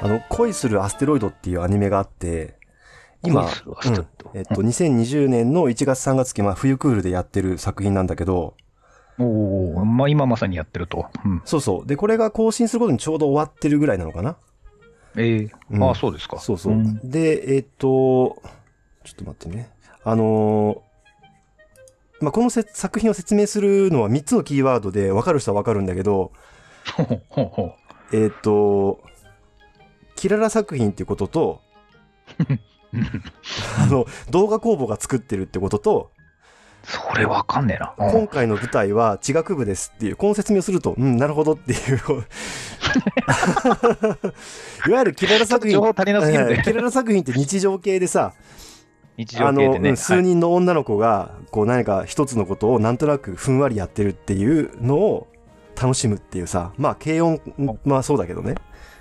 恋するアステロイドっていうアニメがあって、今、2020年の1月3月期、冬クールでやってる作品なんだけど、 今まさにやってると。 そうそう。で、これが更新することにちょうど終わってるぐらいなのかな。 そうですか。 そうそう。で、ちょっと待ってね。この作品を説明するのは3つのキーワードで分かる人は分かるんだけど、キララ作品っていうことと、動画工房が作ってるってことと、 それわかんねえな。 今回の舞台は地学部ですっていう、この説明をすると、なるほどっていう。いわゆるキララ作品、キララ作品って日常系でさ、数人の女の子がこう何か一つのことをなんとなくふんわりやってるっていうのを楽しむっていうさ、軽音、そうだけどね。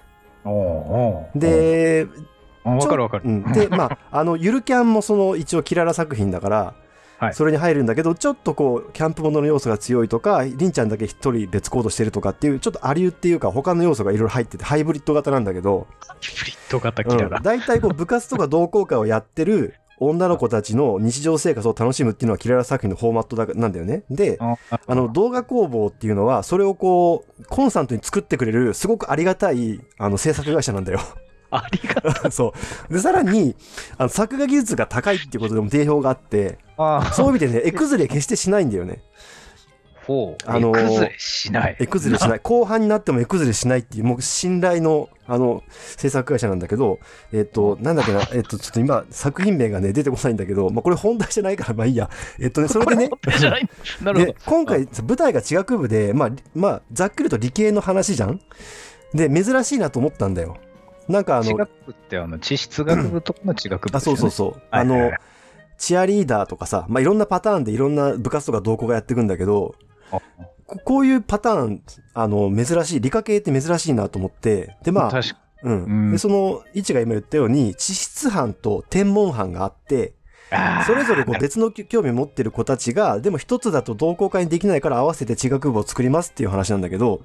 で、 わかるわかる。 で、ゆるキャンも一応キララ作品だから、それに入るんだけど、ちょっとこうキャンプものの要素が強いとか、りんちゃんだけ一人別行動してるとかっていう、ちょっとアリューっていうか他の要素がいろいろ入っててハイブリッド型なんだけど、 ハイブリッド型キララ。 だいたい部活とか同好会をやってる女の子たちの日常生活を楽しむっていうのはキララ作品のフォーマットなんだよね。で、動画工房っていうのはそれをこうコンスタントに作ってくれるすごくありがたい制作会社なんだよ。 ありがたい。 そうで、さらに作画技術が高いっていうことでも定評があって、そういう意味でね、絵崩れ決してしないんだよね。 絵崩れしない。 絵崩れしない。後半になっても絵崩れしないっていう、もう信頼の制作会社なんだけど、なんだっけな、ちょっと今作品名がね出てこないんだけど、これ本題じゃないからいいや。それでね、 なるほど。 今回舞台が地学部で、ざっくりと理系の話じゃん。で、珍しいなと思ったんだよ。なんか地学部って地質学部とかの地学部ですよね。 そう。チアリーダーとかさ、いろんなパターンでいろんな部活とか同好がやっていくんだけど、こういうパターン、珍しい、理科系って珍しいなと思って、で、で、その、いちが今言ったように、地質班と天文班があって、それぞれ別の興味を持ってる子たちが、でも一つだと同好会にできないから合わせて地学部を作りますっていう話なんだけど、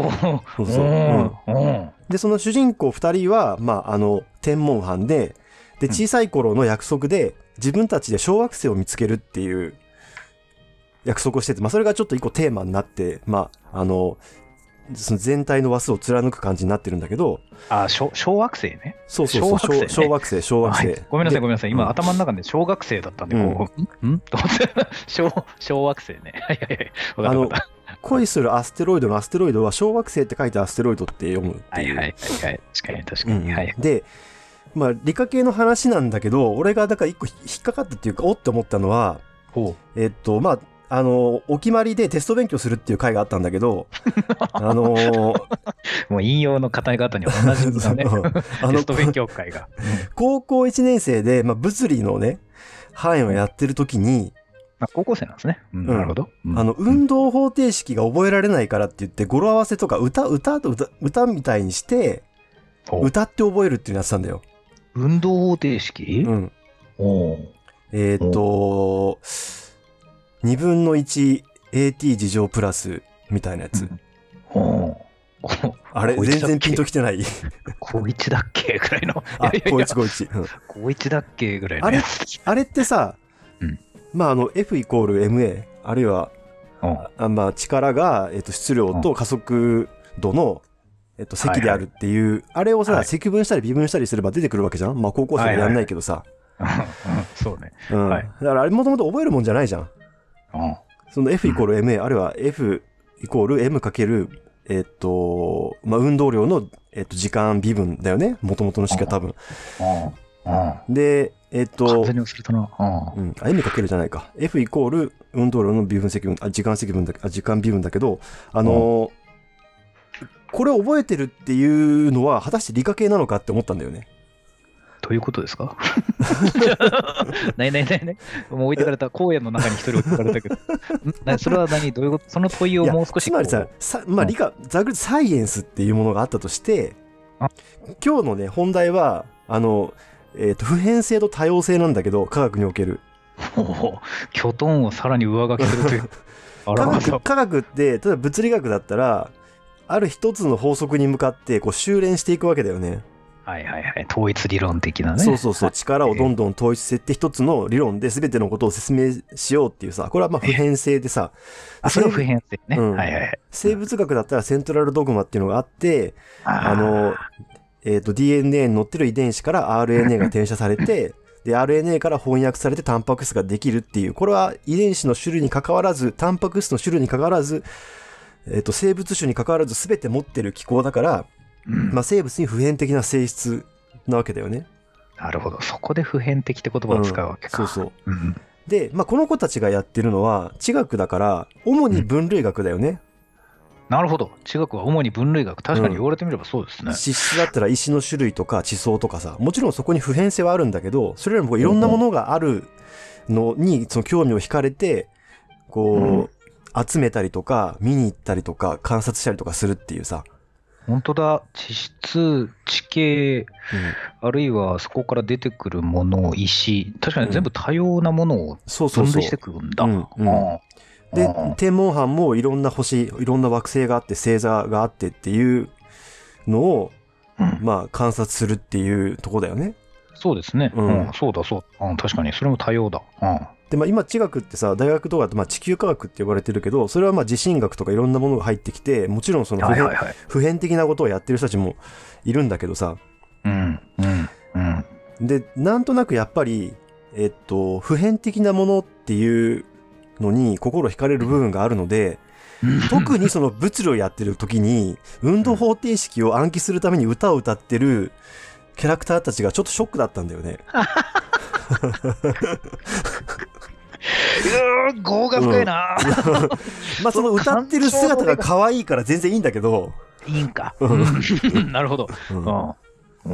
で、その主人公2人は、天文班で、小さい頃の約束で、自分たちで小惑星を見つけるっていう約束をしてて、それがちょっと一個テーマになって、その全体の話数を貫く感じになってるんだけど、 小惑星ね。 小惑星。 ごめんなさい。今頭の中で小学生だったんで、と思って小惑星ね。わかった。 恋するアステロイドのアステロイドは小惑星って書いてアステロイドって読むっていう。 確かに。 で、理科系の話なんだけど、俺がだから一個引っかかったっていうか、おって思ったのは、お決まりでテスト勉強するっていう回があったんだけど、 もう引用の方々に同じだね。テスト勉強会が。 高校1年生で、物理のね、範囲をやってる時に、 高校生なんですね。なるほど。 運動方程式が覚えられないからって言って、語呂合わせとか歌みたいにして、歌って覚えるっていうのやってたんだよ。 運動方程式 2分の 1AT 事乗プラスみたいなやつ。あれ全然ピンときてない。 高1だっけぐらいの。 高1。 高1だっけぐらいのやつ。 あれってさ、F イコール MA、あるいは、力が、質量と加速度の、積であるっていう、あれをさ、積分したり微分したりすれば出てくるわけじゃん。高校生でやんないけどさ。 そうね。 だからあれもともと覚えるもんじゃないじゃん。その F イコール MA、あるいは F イコール M かける、運動量の、時間微分だよね。もともとの式は多分。で、 完全に忘れたな。 M かけるじゃないか。F イコール運動量の微分積分、時間微分だけど、これを覚えてるっていうのは果たして理科系なのかって思ったんだよね。 どういうことですか？ない。もう置いてかれた。荒野の中に一人置いてかれたけど。それはどういうこと？その問いをもう少し。 つまりさ、理科、サイエンスっていうものがあったとして、今日のね、本題は、普遍性と多様性なんだけど、科学における。 キョトンをさらに上書きするという。 科学って、例えば物理学だったら、ある一つの法則に向かってこう修練していくわけだよね。 はいはいはい。統一理論的なね。 そうそうそう、力をどんどん統一してって一つの理論で全てのことを説明しようっていうさ、これはまあ普遍性でさ、 それは普遍性ね。 うん、 はいはいはい。 生物学だったらセントラルドグマっていうのがあって、 あ DNA に載ってる遺伝子から RNA が転写されて、で、RNA から翻訳されてタンパク質ができるっていう、これは遺伝子の種類に関わらず、タンパク質の種類に関わらず、生物種に関わらず全て持ってる機構だから、まあ生物に普遍的な性質なわけだよね。 なるほど。そこで普遍的って言葉を使うわけか。 そうそう。で、まあこの子たちがやってるのは地学だから、主に分類学だよね。 なるほど。地学は主に分類学。確かに言われてみればそうですね。 地質だったら石の種類とか地層とかさ、もちろんそこに普遍性はあるんだけど、それよりもいろんなものがあるのにその興味を惹かれて、こう、集めたりとか、見に行ったりとか、観察したりとかするっていうさ。 本当だ。地質、地形、あるいはそこから出てくるもの、石、確かに全部多様なものを分類してくるんだ。 で、天文班もいろんな星、いろんな惑星があって、星座があってっていうのを、まあ観察するっていうとこだよね。 そうですね。そうだそう。確かに、それも多様だ。 で、まあ今地学ってさ、大学とかだとまあ地球科学って呼ばれてるけど、それはまあ地震学とかいろんなものが入ってきて、もちろんその普遍的なことをやってる人たちもいるんだけどさ。で、なんとなくやっぱり、普遍的なものっていうのに心惹かれる部分があるので、特にその物理をやってる時に運動方程式を暗記するために歌を歌ってるキャラクターたちがちょっとショックだったんだよね。 業が深いな。 まあその歌ってる姿が可愛いから全然いいんだけど。 いいんか。なるほど。こ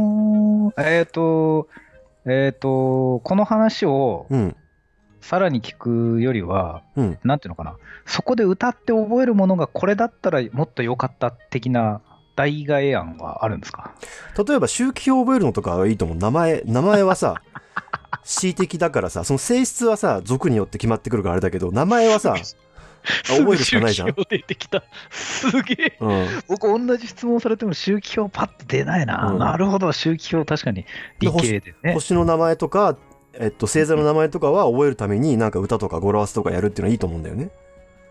の話をさらに聞くよりは、なんていうのかな、そこで歌って覚えるものがこれだったらもっと良かった的な代替え案はあるんですか？ 例えば周期表を覚えるのとかはいいと思う。名前はさ、恣意的だからさ、その性質はさ、属によって決まってくるからあれだけど、名前はさ、覚えるしかないじゃん。 周期表出てきた。すげえ。僕同じ質問されても周期表パッと出ないな。なるほど、周期表確かに理系でね。 星の名前とか、星座の名前とかは覚えるためになんか歌とか語呂合わせとかやるっていうのはいいと思うんだよね。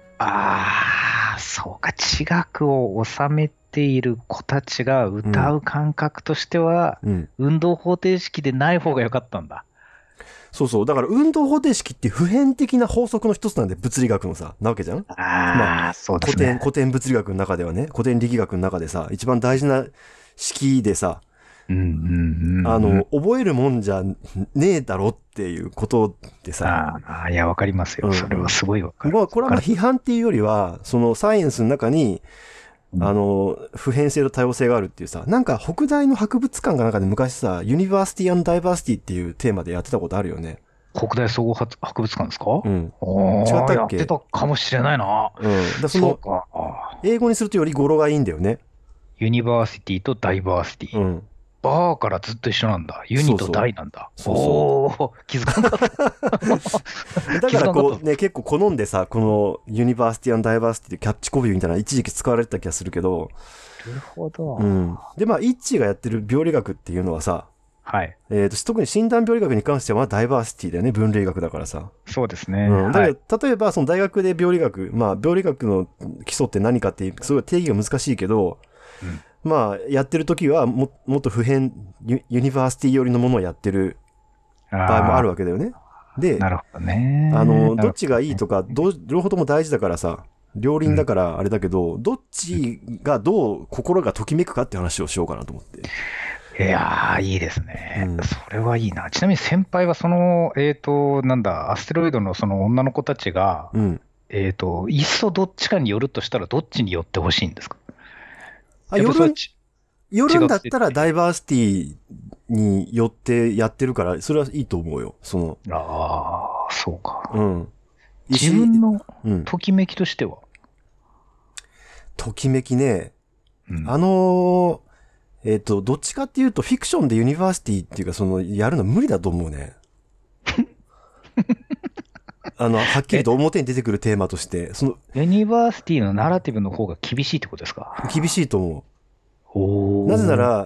そうか。地学を収めている子たちが歌う感覚としては、運動方程式でない方が良かったんだ。 そうそう。だから運動方程式って普遍的な法則の一つなんで、物理学のさ、なわけじゃん。まあ、 そうですね。 古典物理学の中ではね、古典力学の中でさ、一番大事な式でさ、覚えるもんじゃねえだろっていうことでさ。 いや、わかりますよ。それはすごいわかる。 これはまあ批判っていうよりは、そのサイエンスの中に、普遍性と多様性があるっていうさ、なんか北大の博物館かなんかで昔さ、ユニバーシティ&ダイバーシティっていうテーマでやってたことあるよね。 北大総合博物館ですか？ 違ったっけ？ やってたかもしれないな。 そうか。英語にするとより語呂がいいんだよね。 ユニバーシティとダイバーシティ。バーからずっと一緒なんだ。ユニとダイなんだ。気づかなかった。 だからこうね、結構好んでさ、このユニバーシティ&ダイバーシティってキャッチコピーみたいな一時期使われてた気がするけど。 なるほど。 で、まあ、イッチがやってる病理学っていうのはさ、特に診断病理学に関してはダイバーシティだよね、分類学だからさ。 そうですね。 だけど、例えばその大学で病理学、まあ、病理学の基礎って何かってすごい定義が難しいけど、まあ、やってる時はもっと普遍ユニバーシティ寄りのものをやってる場合もあるわけだよね。で、 なるほどね。 どっちがいいとか、両方とも大事だからさ、両輪だからあれだけど、どっちがどう心がときめくかって話をしようかなと思って。 いやー、いいですね。それはいいな。ちなみに先輩はその、アステロイドのその女の子たちが、いっそどっちかによるとしたらどっちによってほしいんですか？ よるんだったらダイバーシティによってやってるから、それはいいと思うよ。 そうか。 自分のときめきとしては、 ときめきね。どっちかっていうとフィクションでユニバーシティっていうかやるの無理だと思うね。はっきりと表に出てくるテーマとして、 ユニバーシティのナラティブの方が厳しいってことですか？ 厳しいと思う。なぜなら、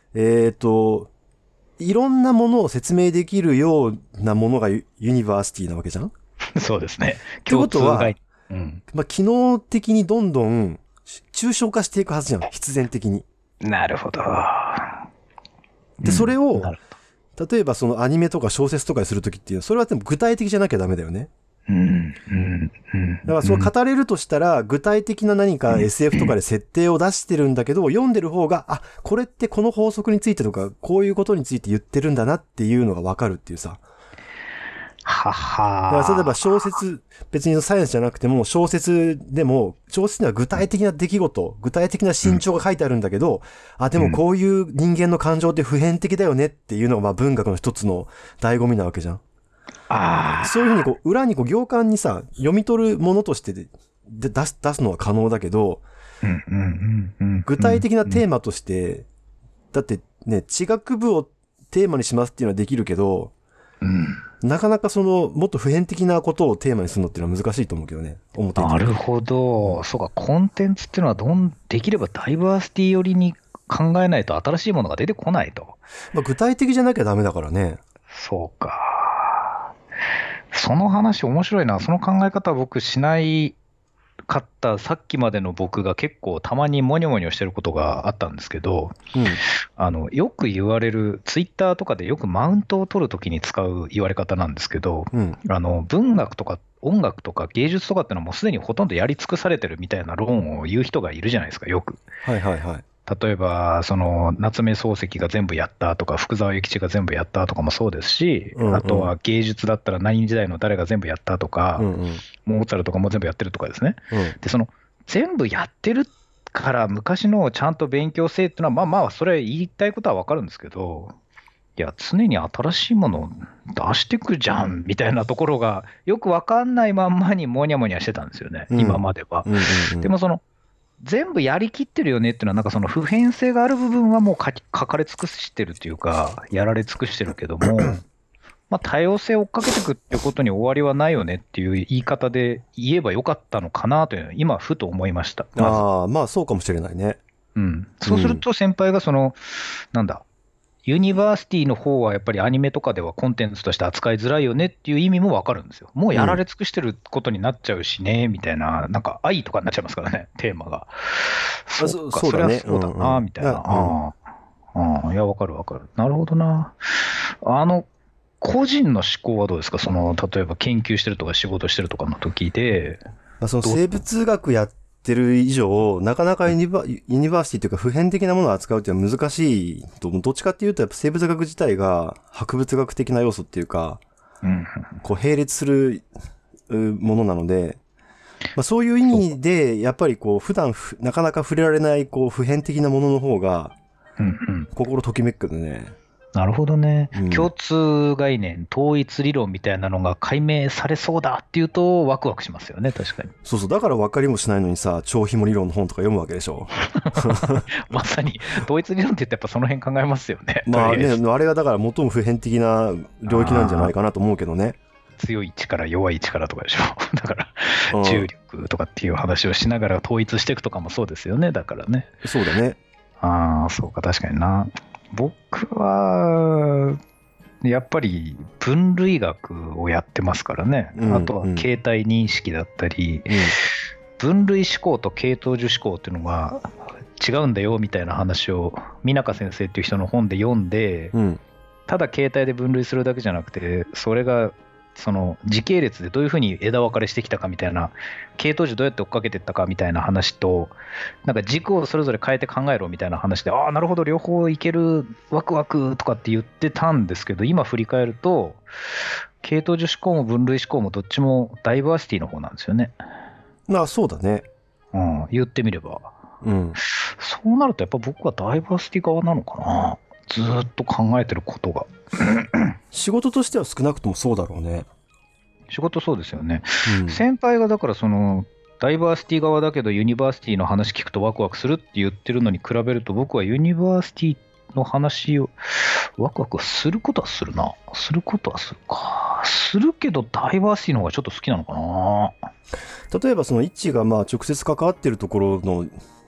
いろんなものを説明できるようなものがユニバーシティなわけじゃん。 そうですね。 ってことは、機能的にどんどん抽象化していくはずじゃん。必然的に。 なるほど。 で、それを、例えばそのアニメとか小説とかにするときっていうのは、それはでも具体的じゃなきゃダメだよね。だからそう語れるとしたら、具体的な何か SF とかで設定を出してるんだけど、読んでる方が、あ、これってこの法則についてとか、こういうことについて言ってるんだなっていうのがわかるっていうさ。 はは。 だから例えば小説、別にサイエンスじゃなくても、小説でも、小説には具体的な出来事、具体的な心情が書いてあるんだけど、あ、でもこういう人間の感情って普遍的だよねっていうのが、まあ文学の一つの醍醐味なわけじゃん。そういうふうにこう、裏にこう行間にさ、読み取るものとして出すのは可能だけど、具体的なテーマとして、だってね、地学部をテーマにしますっていうのはできるけど、なかなかその、もっと普遍的なことをテーマにするのっていうのは難しいと思うけどね。 なるほど。そうか、コンテンツっていうのはできればダイバーシティ寄りに考えないと新しいものが出てこないと。 まあ、具体的じゃなきゃダメだからね。 そうか。その話面白いな。その考え方は僕しないかったさっきまでの僕が結構たまにモニョモニョしてることがあったんですけど、よく言われるツイッターとかでよくマウントを取るときに使う言われ方なんですけど、文学とか音楽とか芸術とかってのはもうすでにほとんどやり尽くされてるみたいな論を言う人がいるじゃないですか、よく。 はいはいはい。 例えばその夏目漱石が全部やったとか福沢諭吉が全部やったとかもそうですし、あとは芸術だったら何時代の誰が全部やったとか、モーツァルトとかも全部やってるとかですね、でその全部やってるから昔のをちゃんと勉強せえっていうのはまあそれは言いたいことは分かるんですけど、いや常に新しいものを出してくじゃんみたいなところがよく分かんないまんまにモニャモニャしてたんですよね、今までは。でもその全部やりきってるよねっていうのは、なんかその普遍性がある部分はもう書かれ尽くしてるっていうか、やられ尽くしてるけども、まあ多様性を追っかけていくっていうことに終わりはないよねっていう言い方で言えばよかったのかなというのは、今、ふと思いました。 まあそうかもしれないね。 そうすると先輩がユニバーシティの方はやっぱりアニメとかではコンテンツとして扱いづらいよねっていう意味もわかるんですよ。もうやられ尽くしてることになっちゃうしね、みたいな、なんか愛とかになっちゃいますからね、テーマが。そうか、それはそうだな、みたいな。いや、わかるわかる。なるほどな。個人の思考はどうですか？例えば研究してるとか仕事してるとかの時で。 その生物学やってる以上、なかなかユニバーシティというか普遍的なものを扱うっていうのは難しいと、どっちかっていうとやっぱ生物学自体が博物学的な要素っていうか、こう並列するものなので、そういう意味でやっぱりこう普段なかなか触れられないこう普遍的なものの方が心ときめくけどね。 なるほどね、共通概念、統一理論みたいなのが解明されそうだっていうとワクワクしますよね、確かに。 そうそう、だから分かりもしないのにさ、超紐理論の本とか読むわけでしょ。 まさに統一理論って言ってやっぱその辺考えますよね。 まあね、あれがだから最も普遍的な領域なんじゃないかなと思うけどね。 強い力弱い力とかでしょ。だから重力とかっていう話をしながら統一していくとかもそうですよね。だからね。 そうだね。 そうか、確かにな。僕はやっぱり分類学をやってますからね、あとは形態認識だったり、分類思考と系統樹思考っていうのが違うんだよみたいな話を美中先生っていう人の本で読んで、ただ形態で分類するだけじゃなくて、それがその時系列でどういうふうに枝分かれしてきたかみたいな、系統樹どうやって追っかけていったかみたいな話と、なんか軸をそれぞれ変えて考えろみたいな話で、なるほど両方いけるワクワクとかって言ってたんですけど、今振り返ると系統樹思考も分類思考もどっちもダイバーシティの方なんですよね。 そうだね。 言ってみれば、そうなるとやっぱ僕はダイバーシティ側なのかな、ずっと考えてることが。 仕事としては少なくともそうだろうね。 仕事そうですよね。先輩がだからそのダイバーシティ側だけどユニバーシティの話聞くとワクワクするって言ってるのに比べると、僕はユニバーシティの話をワクワクすることはするな。することはするか。するけどダイバーシティの方がちょっと好きなのかな。 例えばその一致が直接関わってるところの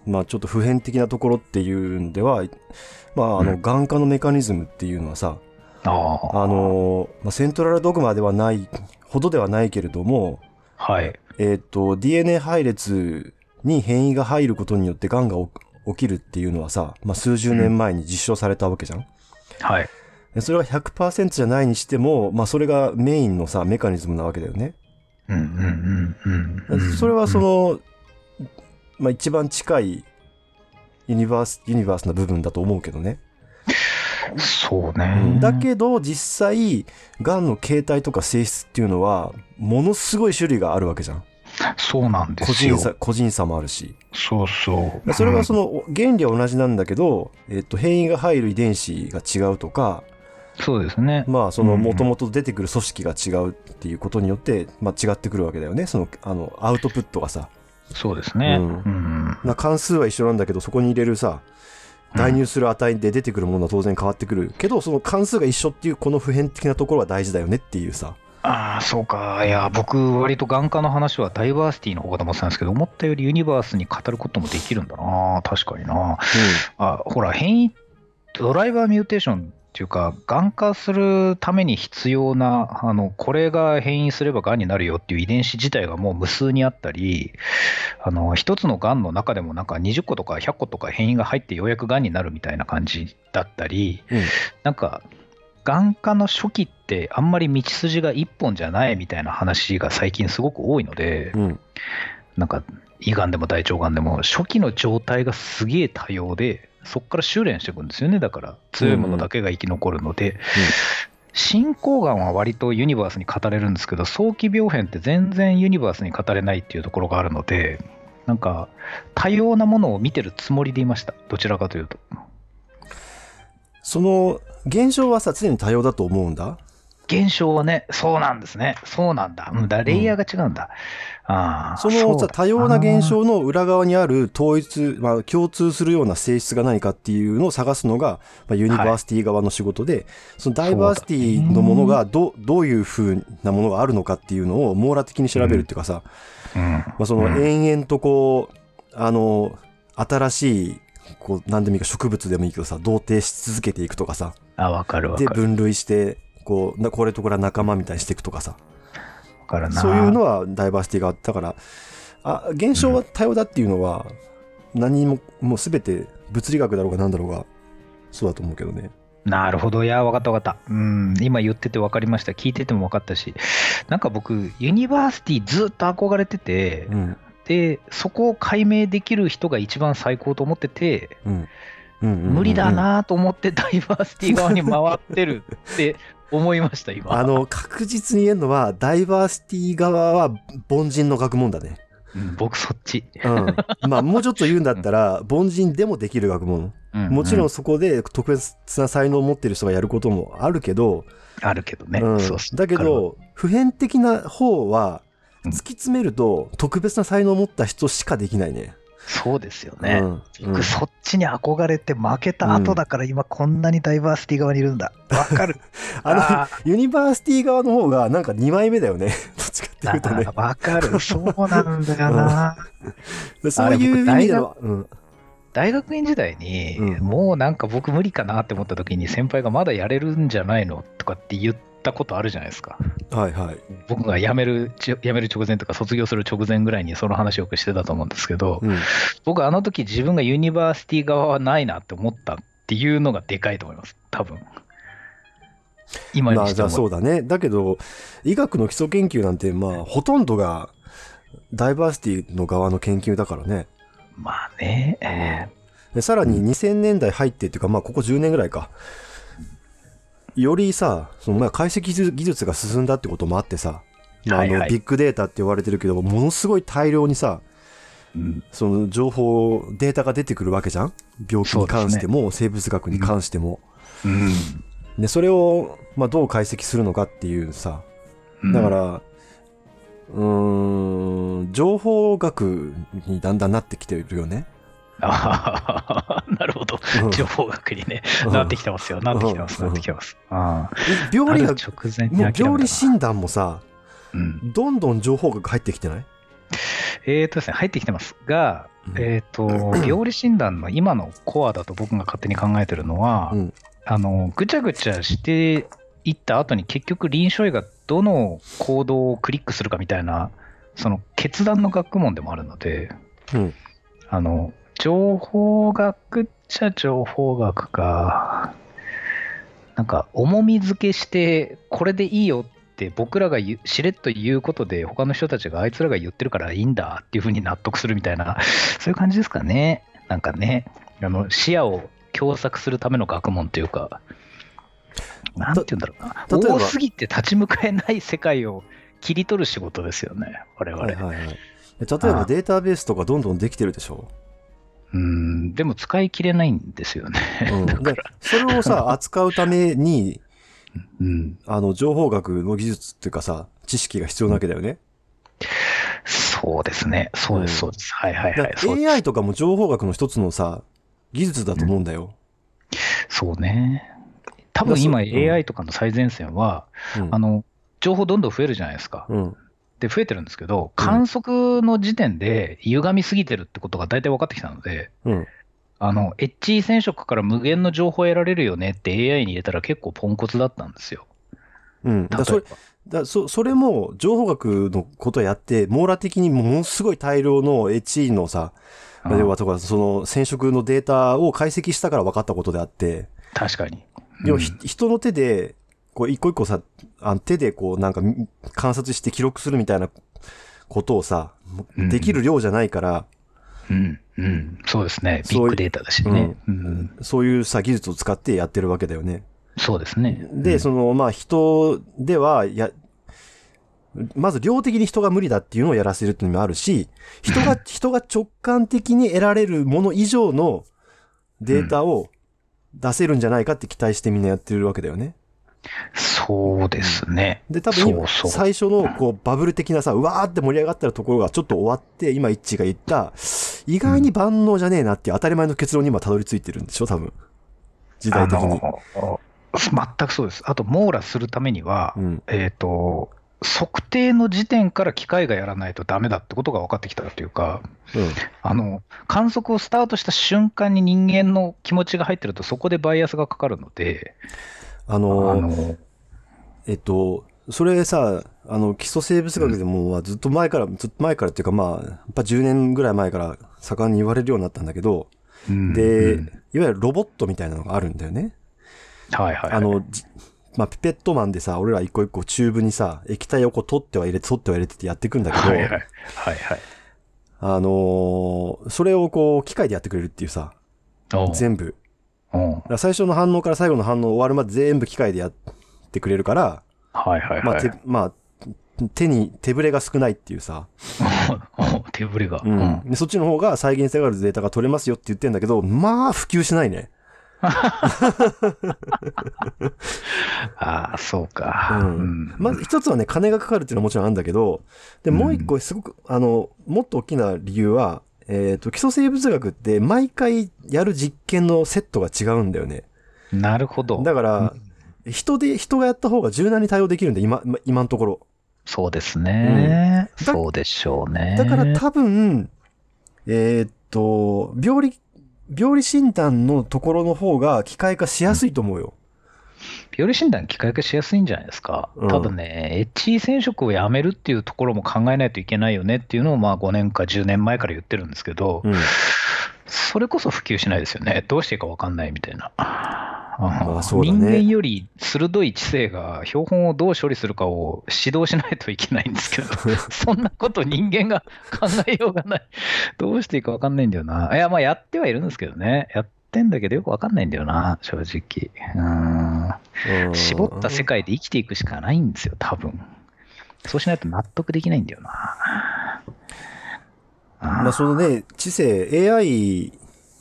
まあちょっと普遍的なところっていうんでは、まあ眼科のメカニズムっていうのはさ、セントラルドグマではないほどではないけれども、 はい。 DNA 配列に変異が入ることによって癌が起きるっていうのはさ、まあ数十年前に実証されたわけじゃん。 はい。 それは 100% じゃないにしても、まあそれがメインのさ、メカニズムなわけだよね。それはまあ一番近いユニバースな部分だと思うけどね。 そうね。 だけど実際、癌の形態とか性質っていうのは、ものすごい種類があるわけじゃん。 そうなんですよ。 個人差もあるし。 そうそう。 それは原理は同じなんだけど、変異が入る遺伝子が違うとか、 そうですね。 まあ、もともと出てくる組織が違うっていうことによって、まあ違ってくるわけだよね。アウトプットがさ。 そうですね。 関数は一緒なんだけど、そこに入れるさ、代入する値で出てくるものは当然変わってくる。けど、その関数が一緒っていうこの普遍的なところは大事だよねっていうさ。 ああ、そうか。いや、僕、割と眼科の話はダイバーシティの方かと思ってたんですけど、思ったよりユニバースに語ることもできるんだな。確かにな。ほら、変異、ドライバーミューテーションっていうか、癌化するために必要な、これが変異すれば癌になるよっていう遺伝子自体がもう無数にあったり、一つの癌の中でもなんか20個とか100個とか変異が入ってようやく癌になるみたいな感じだったり、なんか、眼科の初期ってあんまり道筋が一本じゃないみたいな話が最近すごく多いので、なんか胃がんでも大腸がんでも初期の状態がすげえ多様で、そこから修練していくんですよね。だから強いものだけが生き残るので、進行がんは割とユニバースに語れるんですけど、早期病変って全然ユニバースに語れないっていうところがあるので、なんか多様なものを見てるつもりでいました。どちらかというと。 現象はさ、常に多様だと思うんだ。 現象はね、そうなんですね。そうなんだ。レイヤーが違うんだ。 多様な現象の裏側にある統一、まあ、共通するような性質が何かっていうのを探すのが、まあ、ユニバーシティ側の仕事で、そのダイバーシティのものがどういう風なものがあるのかっていうのを網羅的に調べるっていうかさ、まあ、延々と新しい、何でもいいか植物でもいいけどさ、同定し続けていくとかさ。 わかるわかる。で、分類して、これとこれは仲間みたいにしていくとかさ。 わかるな。 そういうのはダイバーシティがあったから、現象は多様だっていうのは、何も、もうすべて物理学だろうが何だろうが、そうだと思うけどね。 なるほど。いや、わかったわかった。今言っててわかりました。聞いててもわかったし。なんか僕、ユニバーシティずっと憧れてて、で、そこを解明できる人が一番最高と思ってて、無理だなと思ってダイバーシティ側に回ってるって思いました、今。 確実に言えるのは、ダイバーシティ側は凡人の学問だね。 僕そっち。 まあ、もうちょっと言うんだったら、凡人でもできる学問。もちろんそこで特別な才能を持ってる人がやることもあるけど、 ね。 だけど、普遍的な方は、突き詰めると特別な才能を持った人しかできないね。 そうですよね。僕そっちに憧れて負けた後だから今こんなにダイバーシティ側にいるんだ。わかる。 ユニバーシティ側の方がなんか2枚目だよね。どっちかっていうとね。 わかる。そうなんだよな。 そういう意味では。 大学院時代に、もうなんか僕無理かなって思った時に先輩がまだやれるんじゃないのとかって言ったことあるじゃないですか。 はいはい。 僕が辞める直前とか卒業する直前ぐらいにその話をよくしてたと思うんですけど、僕あの時自分がユニバーシティ側はないなって思ったっていうのがでかいと思います。多分。今にしても。 そうだね。だけど、医学の基礎研究なんて、まあ、ほとんどがダイバーシティの側の研究だからね。 まあね。 でさらに2000年代入ってっていうか、まあここ10年ぐらいか。よりさ、解析技術が進んだってこともあってさ、ビッグデータって言われてるけど、ものすごい大量にさ、その情報、データが出てくるわけじゃん？病気に関しても、生物学に関しても。で、それを、まあどう解析するのかっていうさ、だから、情報学にだんだんなってきてるよね。 なるほど。情報学にね、なってきてますよ。なってきてます。 病理診断もさ、どんどん情報学入ってきてない？ ですね、入ってきてますが、病理診断の今のコアだと僕が勝手に考えてるのは、ぐちゃぐちゃしていった後に結局臨床医がどの行動をクリックするかみたいな、その決断の学問でもあるので、情報学っちゃ情報学か、なんか重み付けしてこれでいいよって僕らがしれっと言うことで他の人たちがあいつらが言ってるからいいんだっていうふうに納得するみたいな、そういう感じですかね。なんかね、視野を狭窄するための学問というか、なんて言うんだろうな、多すぎて立ち向かえない世界を切り取る仕事ですよね、我々。 例えばデータベースとかどんどんできてるでしょ。 でも使い切れないんですよね。だからそれをさ、扱うために、情報学の技術っていうかさ、知識が必要なわけだよね。 そうですね。そうです、そうです。はいはいはい。 AI とかも情報学の一つのさ、技術だと思うんだよ。 そうね。多分今 AI とかの最前線は、情報どんどん増えるじゃないですか。で、増えてるんですけど、観測の時点で歪みすぎてるってことが大体分かってきたので、エッジ染色から無限の情報を得られるよねって AI に入れたら結構ポンコツだったんですよ。 それも情報学のことやって、網羅的にものすごい大量の HE のさ、要はとかその染色のデータを解析したから分かったことであって、 確かに。 でも人の手で、こう一個一個さ、手でこうなんか観察して記録するみたいなことをさ、できる量じゃないから、 そうですね。ビッグデータだしね。 そういうさ、技術を使ってやってるわけだよね。 そうですね。 で、人では、まず量的に人が無理だっていうのをやらせるっていうのもあるし、人が直感的に得られるもの以上のデータを出せるんじゃないかって期待してみんなやってるわけだよね。 そうですね。 で、多分最初のこうバブル的なさ、うわーって盛り上がったところがちょっと終わって、今イッチが言った、意外に万能じゃねえなっていう当たり前の結論に今たどり着いてるんでしょ、多分。時代的に。 全くそうです。あと、網羅するためには、測定の時点から機械がやらないとダメだってことが分かってきたというか、観測をスタートした瞬間に人間の気持ちが入ってると、そこでバイアスがかかるので、 それさ、基礎生物学でもずっと前からっていうかやっぱ10年ぐらい前から盛んに言われるようになったんだけど、で、いわゆるロボットみたいなのがあるんだよね。 はいはい、はい。 ピペットマンでさ、俺ら一個一個チューブにさ、液体をこう取っては入れてってやっていくんだけど、 はいはい。 それをこう機械でやってくれるっていうさ、全部。最初の反応から最後の反応終わるまで全部機械でやってくれるから、手ぶれが少ないっていうさ。 手ぶれが、 で。そっちの方が再現性があるデータが取れますよって言ってんだけど、普及しないね。 そうか。 まず一つはね、金がかかるっていうのはもちろんあるんだけど、で、もう一個すごく、もっと大きな理由は、基礎生物学って毎回やる実験のセットが違うんだよね。 なるほど。 だから、人がやった方が柔軟に対応できるんで、今のところ。 そうですね。そうでしょうね。 だから多分、病理診断のところの方が機械化しやすいと思うよ。 病理診断機械化しやすいんじゃないですか。ただね、HE 染色をやめるっていうところも考えないといけないよねっていうのを5年か10年前から言ってるんですけど、それこそ普及しないですよね。どうしていいか分かんないみたいな。人間より鋭い知性が標本をどう処理するかを指導しないといけないんですけど、そんなこと人間が考えようがない。どうしていいか分かんないんだよな。いや、やってはいるんですけどね。やってんだけどよく分かんないんだよな、正直。絞った世界で生きていくしかないんですよ、多分。そうしないと納得できないんだよな。 そのね、知性、AI、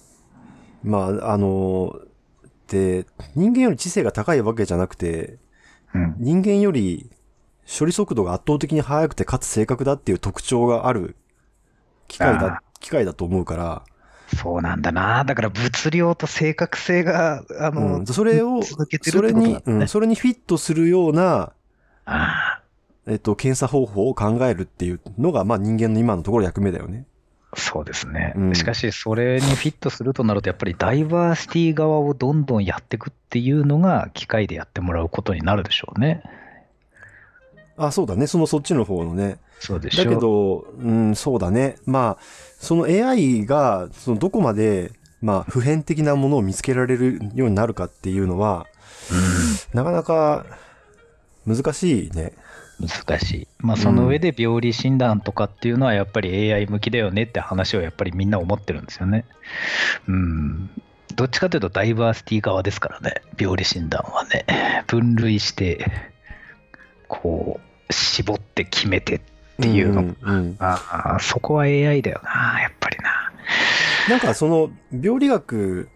で、人間より知性が高いわけじゃなくて、人間より処理速度が圧倒的に速くてかつ正確だっていう特徴がある機械だと思うから。 そうなんだな。だから物量と正確性が、 それにフィットするような、 検査方法を考えるっていうのが、まあ人間の今のところ役目だよね。 そうですね。しかし、それにフィットするとなると、やっぱりダイバーシティ側をどんどんやっていくっていうのが、機械でやってもらうことになるでしょうね。 あ、そうだね。そっちの方のね。 そうでしょう。 だけど、そうだね。まあ、その AI が、どこまで、まあ、普遍的なものを見つけられるようになるかっていうのは、なかなか難しいね。 難しい。まあ、その上で病理診断とかっていうのはやっぱり AI 向きだよねって話をやっぱりみんな思ってるんですよね。どっちかというとダイバーシティ側ですからね、病理診断はね。分類して、こう、絞って決めてっていうの。そこは AI だよな、やっぱりな。 なんかその病理学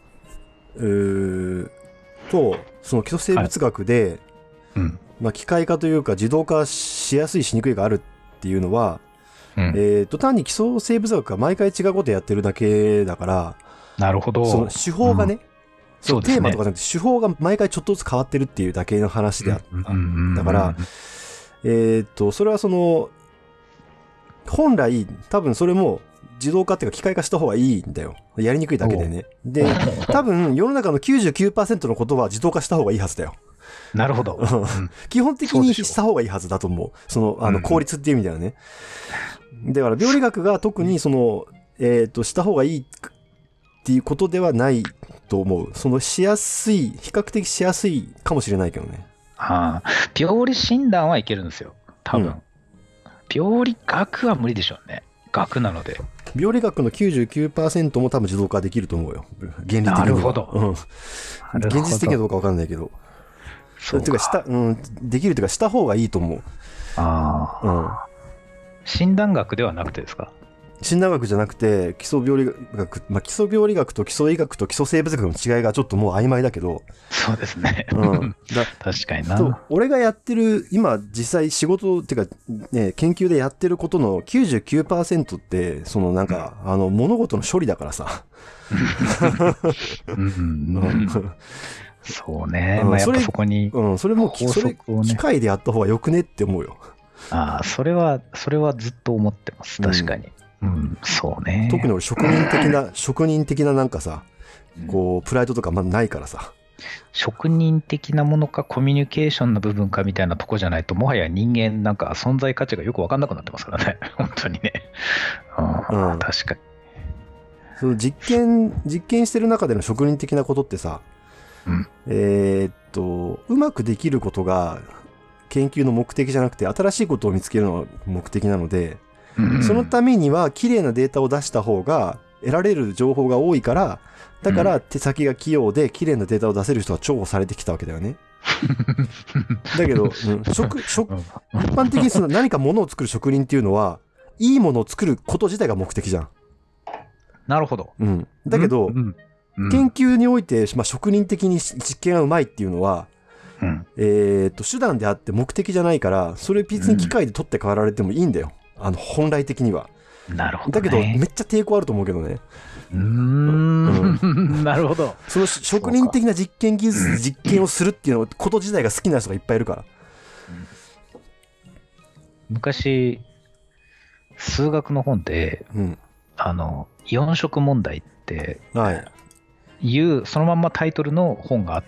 とその基礎生物学で、まあ、機械化というか自動化しやすいしにくいがあるっていうのは、単に基礎生物学が毎回違うことやってるだけだから、 なるほど。 その手法がね、そうテーマとかじゃなくて手法が毎回ちょっとずつ変わってるっていうだけの話でだから、それはその本来多分それも自動化っていうか機械化した方がいいんだよ。やりにくいだけでね。で、多分世の中の 99% のことは自動化した方がいいはずだよ。 なるほど。 基本的にした方がいいはずだと思う。その、効率っていう意味ではね。だから病理学が特にした方がいいっていうことではないと思う。比較的しやすいかもしれないけどね。 病理診断はいけるんですよ。多分。病理学は無理でしょうね。学なので。 病理学の 99% も多分自動化できると思うよ。原理的には。 なるほど。 現実的にはどうか分かんないけど。てかできるというかした方がいいと思う。 診断学ではなくてですか？ 診断学じゃなくて基礎病理学、基礎病理学と基礎医学と基礎生物学の違いがちょっともう曖昧だけど。 そうですね。確かにな。 俺がやってる今実際仕事っていうかね研究でやってることの 99% ってなんか物事の処理だからさ。 そうね。まあやっぱそこにそれも機械でやった方がよくねって思うよ。 それはずっと思ってます。確かに。そうね。 特に俺職人的ななんかさ、こうプライドとかまだないからさ。 職人的なものかコミュニケーションの部分かみたいなとこじゃないともはや人間なんか存在価値がよく分かんなくなってますからね。本当にね。確かに。 その実験してる中での職人的なことってさ、うまくできることが研究の目的じゃなくて新しいことを見つけるのが目的なので、そのためには綺麗なデータを出した方が得られる情報が多いから、だから手先が器用で綺麗なデータを出せる人は重宝されてきたわけだよね。だけど、一般的に何か物を作る職人っていうのはいいものを作ること自体が目的じゃん。 なるほど。 だけど、研究において、職人的に実験がうまいっていうのは、手段であって目的じゃないから、それ別に機械で取って代わられてもいいんだよ。本来的には。 なるほど、 だけど、めっちゃ抵抗あると思うけどね。 なるほど。 その職人的な実験技術で実験をするっていうこと自体が好きな人がいっぱいいるから。 昔、数学の本で、4色問題って、そのまんまタイトルの本があって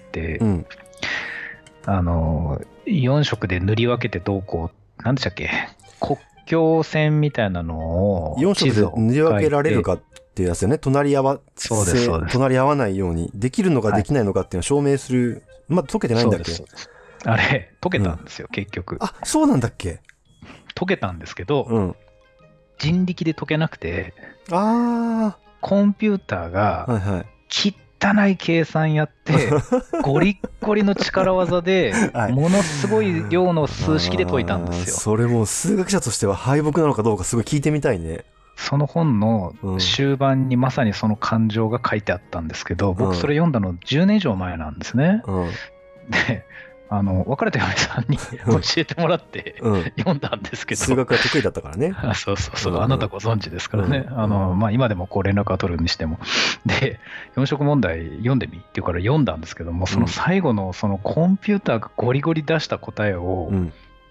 、4色で塗り分けてどうこう、なんでしたっけ、国境線みたいなのを 4色で塗り分けられるかっていうやつよね。隣り合わないようにできるのかできないのかっていうのを証明する。まだ解けてないんだっけ？ あれ解けたんですよ、結局。 そうなんだっけ？ 解けたんですけど、人力で解けなくて、コンピューターが汚い計算やってゴリッゴリの力技でものすごい量の数式で解いたんですよ。 それも数学者としては敗北なのかどうかすごい聞いてみたいね。 その本の終盤にまさにその感情が書いてあったんですけど、僕それ読んだの10年以上前なんですね。で別れた嫁さんに教えてもらって読んだんですけど、 数学が得意だったからね。 そうあなたご存知ですからね。今でもこう連絡は取るにしても。で、4色問題読んでみって言うから読んだんですけども、その最後のそのコンピューターがゴリゴリ出した答えを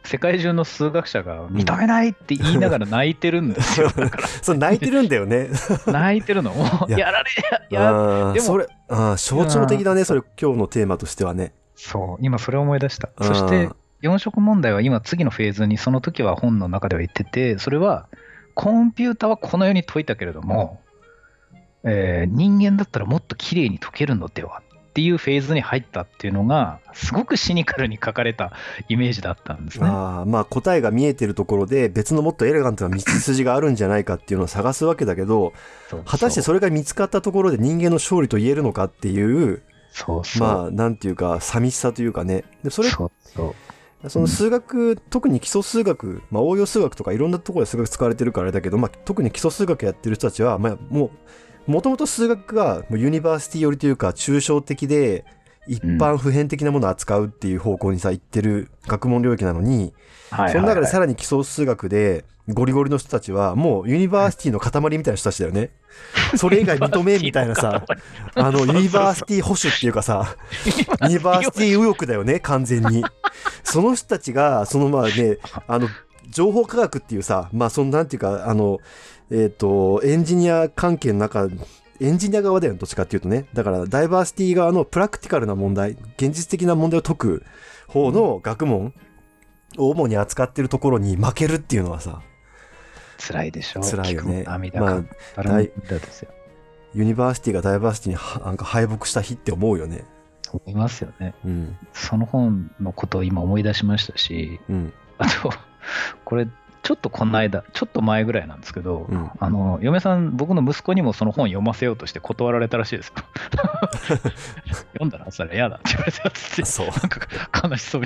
世界中の数学者が認めないって言いながら泣いてるんですよ。だからそう泣いてるんだよね。 泣いてるの。もうやられでもそれ象徴的だね。それ今日のテーマとしてはね。 そう今それを思い出した。そして4色問題は今次のフェーズにその時は本の中では言ってて、それはコンピューターはこの世に解いたけれども、人間だったらもっと綺麗に解けるのではっていうフェーズに入ったっていうのがすごくシニカルに書かれたイメージだったんですね。 まあ答えが見えてるところで別のもっとエレガントな道筋があるんじゃないかっていうのを探すわけだけど、果たしてそれが見つかったところで人間の勝利と言えるのかっていう、まあなんていうか寂しさというかね。でそれその数学、特に基礎数学、応用数学とかいろんなところで数学使われてるからあれだけど、特に基礎数学やってる人たちは、もともと数学がユニバーシティ寄りというか抽象的で一般普遍的なものを扱うっていう方向にさ行ってる学問領域なのに、その中でさらに基礎数学でゴリゴリの人たちはもうユニバーシティの塊みたいな人たちだよね。それ以外認めんみたいなさ、ユニバーシティ保守っていうかさ、ユニバーシティ右翼だよね、完全に。その人たちが、情報科学っていうさ、なんていうか、エンジニア関係の中、エンジニア側だよね、どっちかっていうとね。だから、ダイバーシティ側のプラクティカルな問題、現実的な問題を解く方の学問を主に扱ってるところに負けるっていうのはさ、 辛いでしょ。 辛いよね。ユニバーシティがダイバーシティになんか敗北した日って思うよね。 思いますよね。その本のことを今思い出しましたし、あと、これ、ちょっとこの間、ちょっと前ぐらいなんですけど、嫁さん、僕の息子にもその本読ませようとして断られたらしいですよ。読んだらそれ嫌だって言われたやつって、 そうなんか悲しそうに。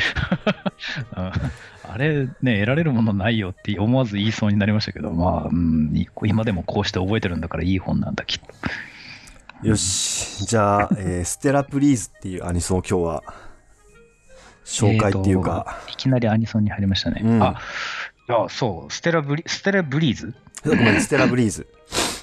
あれね、得られるものないよって思わず言いそうになりましたけど、今でもこうして覚えてるんだからいい本なんだ、きっと。 よし。じゃあ、ステラプリーズっていうアニソンを今日は紹介っていうか。 いきなりアニソンに入りましたね。そう、ステラブリーズごめん、ステラブリーズ。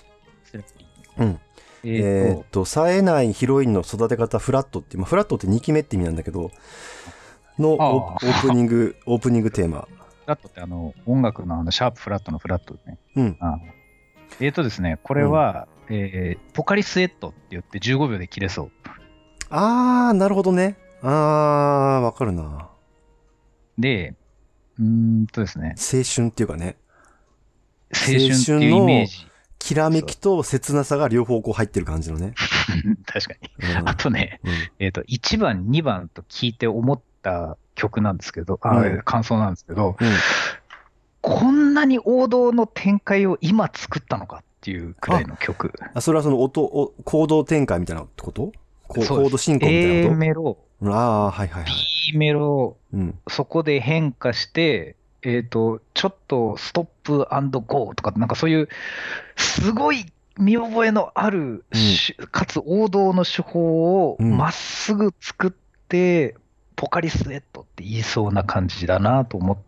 冴えないヒロインの育て方フラットっていう、フラットって2期目って意味なんだけど、のオープニングテーマ。 フラットって音楽のシャープフラットのフラットね。ですね、これは、ポカリスエットって言って15秒で切れそう。 なるほどね。わかるな。 で、ですね。 青春っていうかね。 青春っていうイメージ。 きらめきと切なさが両方こう入ってる感じのね。 確かに。あとね、1番、2番と聞いて思った曲なんですけど、感想なんですけど、こんなに王道の展開を今作ったのかっていうくらいの曲。 それはそのコード展開みたいなことコード進行みたいなこと A メロ、B メロ、そこで変化して、ちょっとストップ&ゴーとか、なんかそういう、すごい見覚えのある、かつ王道の手法をまっすぐ作って、ポカリスエットって言いそうな感じだなと思って、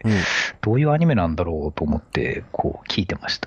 どういうアニメなんだろうと思って、こう聞いてました。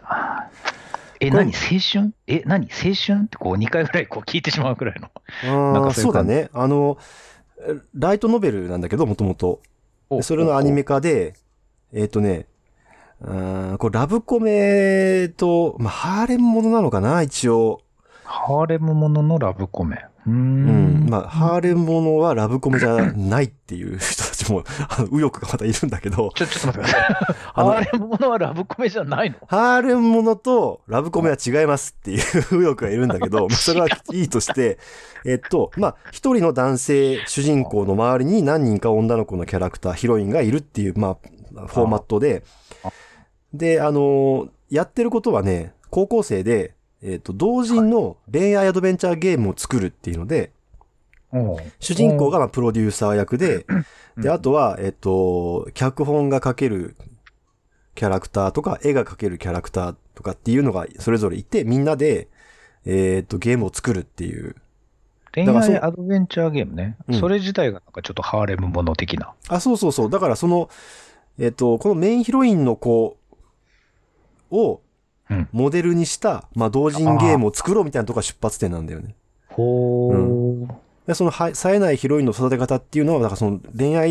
何青春何青春ってこう2回ぐらいこう聞いてしまうくらいの。 なんかそうだね。ライトノベルなんだけど、もともと。それのアニメ化で、これラブコメと、ハーレムものなのかな、一応。 ハーレムもののラブコメ。 ハーレムものはラブコメじゃないっていう人たちも、右翼がまたいるんだけど。 ちょっと待ってください。ハーレムものはラブコメじゃないの？ ハーレムものとラブコメは違いますっていう右翼がいるんだけど、それはいいとして、一人の男性主人公の周りに何人か女の子のキャラクター、ヒロインがいるっていう、フォーマットで、で、やってることはね、高校生で、同人の恋愛アドベンチャーゲームを作るっていうので、主人公がプロデューサー役で、あとは、脚本が書けるキャラクターとか、絵が描けるキャラクターとかっていうのがそれぞれいて、みんなで、ゲームを作るっていう。 恋愛アドベンチャーゲームね。それ自体がなんかちょっとハーレムもの的な。 そう。だからこのメインヒロインの子を、モデルにした、同人ゲームを作ろうみたいなとこが出発点なんだよね。 でその冴えないヒロインの育て方っていうのは、だからその恋愛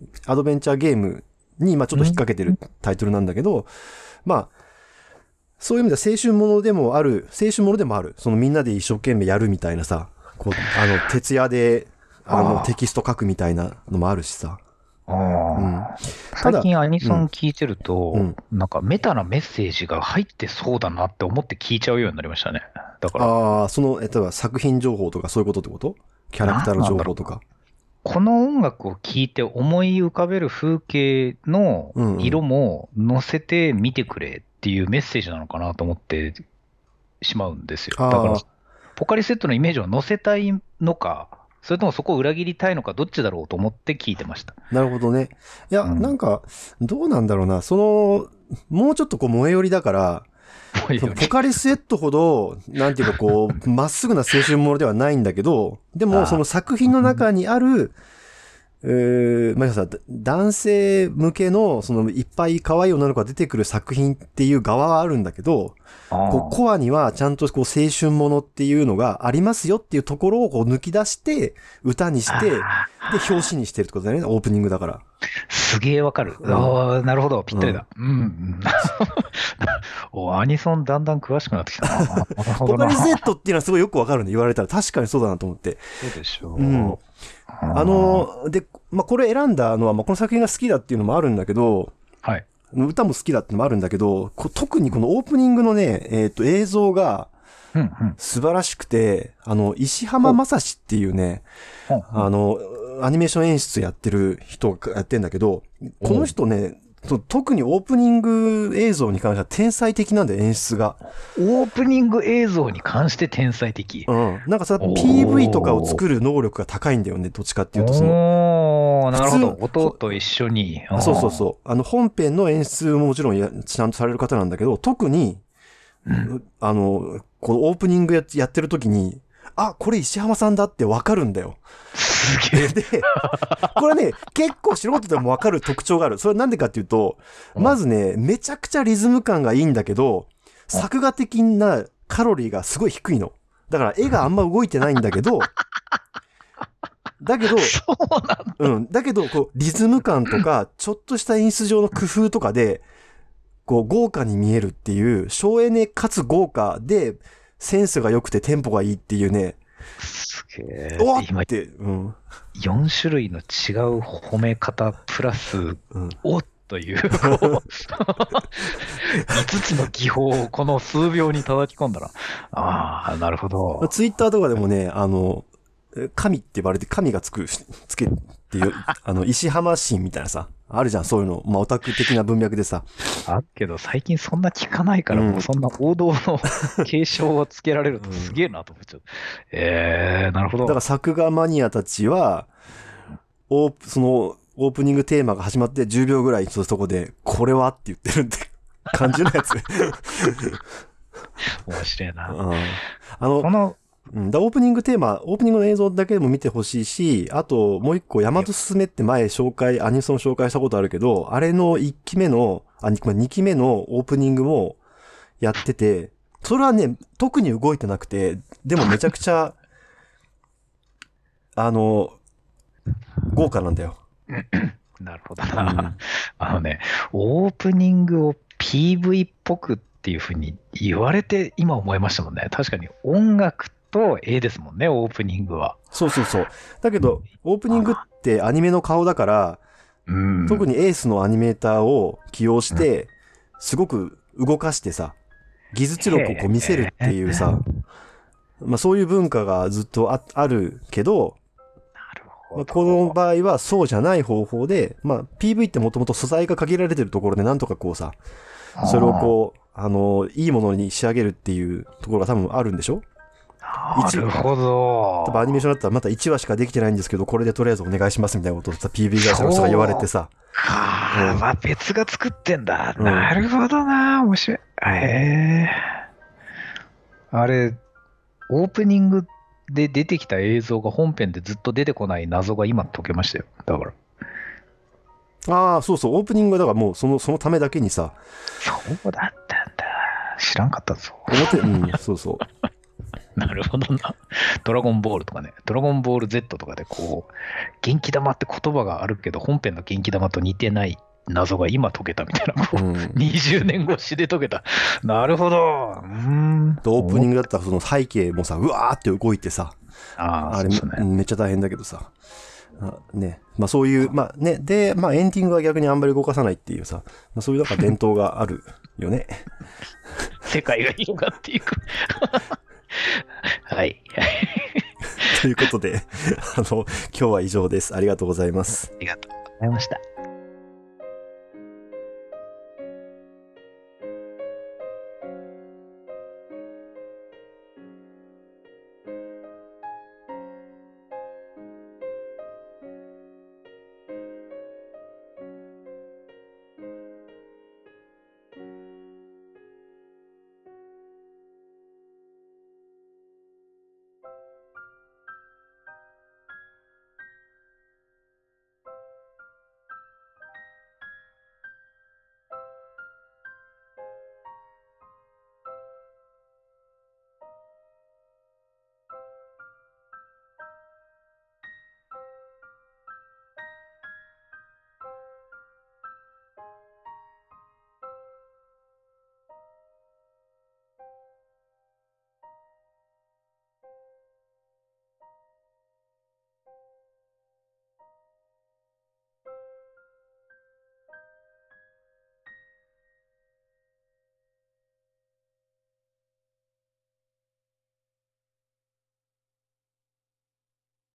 アドベンチャーゲームに、まあちょっと引っ掛けてるタイトルなんだけど、まあ、そういう意味では青春ものでもある、そのみんなで一生懸命やるみたいなさ、こう、徹夜で、テキスト書くみたいなのもあるしさ。 最近アニソン聞いてると、なんかメタなメッセージが入ってそうだなって思って聞いちゃうようになりましたね。だから。 その、例えば作品情報とかそういうことってこと？キャラクターの情報とか。 この音楽を聴いて思い浮かべる風景の色も乗せて見てくれっていうメッセージなのかなと思ってしまうんですよ。だから、ポカリスエットのイメージを乗せたいのか、それともそこを裏切りたいのか、どっちだろうと思って聞いてました。 なるほどね。いや、なんか、どうなんだろうな。もうちょっとこう燃え寄りだから、ポカリスエットほど、なんていうかこう、まっすぐな青春ものではないんだけど、でもその作品の中にある、まあ、さ、男性向けの、いっぱい可愛い女の子が出てくる作品っていう側はあるんだけど、こうコアにはちゃんとこう青春ものっていうのがありますよっていうところをこう抜き出して、歌にして、で、表紙にしてるってことだよね、オープニングだから。 すげえわかる。なるほど、ぴったりだ。アニソンだんだん詳しくなってきたな。 ポカリスエットっていうのはすごいよくわかるね、言われたら。確かにそうだなと思って。 そうでしょう。で、まあ、これ選んだのは、まあ、この作品が好きだっていうのもあるんだけど、 はい。 歌も好きだってのもあるんだけど、特にこのオープニングのね、映像が素晴らしくて、石浜正史っていうね、アニメーション演出やってる人がやってんだけど、この人ね、特にオープニング映像に関しては天才的なんだよ、演出が。 オープニング映像に関して天才的。 なんかさ、PV とかを作る能力が高いんだよね、どっちかっていうと。 なるほど。音と一緒に。 そうそう。本編の演出ももちろんちゃんとされる方なんだけど、特に、このオープニングやってる時に、これ石浜さんだってわかるんだよ。で、これね、結構素人でもわかる特徴がある。それはなんでかっていうと、まずね、めちゃくちゃリズム感がいいんだけど、作画的なカロリーがすごい低いの。だから絵があんま動いてないんだけど、だけど、こう、リズム感とか、ちょっとした演出上の工夫とかで、こう、豪華に見えるっていう、省エネかつ豪華で、センスが良くてテンポがいいっていうね。 すげえ。 今って、 4種類の違う褒め方プラス、という、5つの技法をこの数秒に叩き込んだら、なるほど。 ツイッターとかでもね、神って呼ばれて、神がつけっていう、石浜神みたいなさ、あるじゃん、そういうの。まあ、オタク的な文脈でさ。 あるけど、最近そんな聞かないから、もうそんな王道の継承をつけられるとすげえなと思っちゃう。なるほど。 だから作画マニアたちは、その、オープニングテーマが始まって10秒ぐらいそこで、これはって言ってるって感じのやつ。 面白いな。 オープニングの映像だけでも見てほしいし、あともう一個、大和すすめって前アニソン紹介したことあるけど、あれの2期目のオープニングもやってて、それはね、特に動いてなくて、でもめちゃくちゃ、豪華なんだよ。 なるほどな。オープニングを PV っぽくっていう風に言われて今思いましたもんね。確かに音楽と絵ですもんね、オープニングは。 そう。だけど、オープニングってアニメの顔だから、特にエースのアニメーターを起用して、すごく動かしてさ、技術力をこう見せるっていうさ、まあそういう文化がずっとあるけど、この場合はそうじゃない方法で、まあ PV ってもともと素材が限られてるところでなんとかこうさ、それをこう、いいものに仕上げるっていうところが多分あるんでしょ？ なるほど。 多分アニメーションだったらまた1話しかできてないんですけど、これでとりあえずお願いしますみたいなことをさ、PV 会社の人が言われてさ。 まあ別が作ってんだ。なるほどな。面白い。あれ、オープニングで出てきた映像が本編でずっと出てこない謎が今解けましたよ。だから。 そう、オープニングはだからもうそのためだけにさ。 そうだったんだ。知らんかったぞ。 そう。 なるほどな。ドラゴンボールとかね、ドラゴンボール Z とかでこう、元気玉って言葉があるけど、本編の元気玉と似てない謎が今解けたみたいな、20年越しで解けた。なるほど。オープニングだったらその背景もさ、うわーって動いてさ、 あれ、 めっちゃ大変だけどさ。ね。まあそういう、まあね、で、まあエンディングは逆にあんまり動かさないっていうさ、まあそういうなんか伝統があるよね。 世界が広がっていく。はい。 ということで、今日は以上です。ありがとうございます。 ありがとうございました。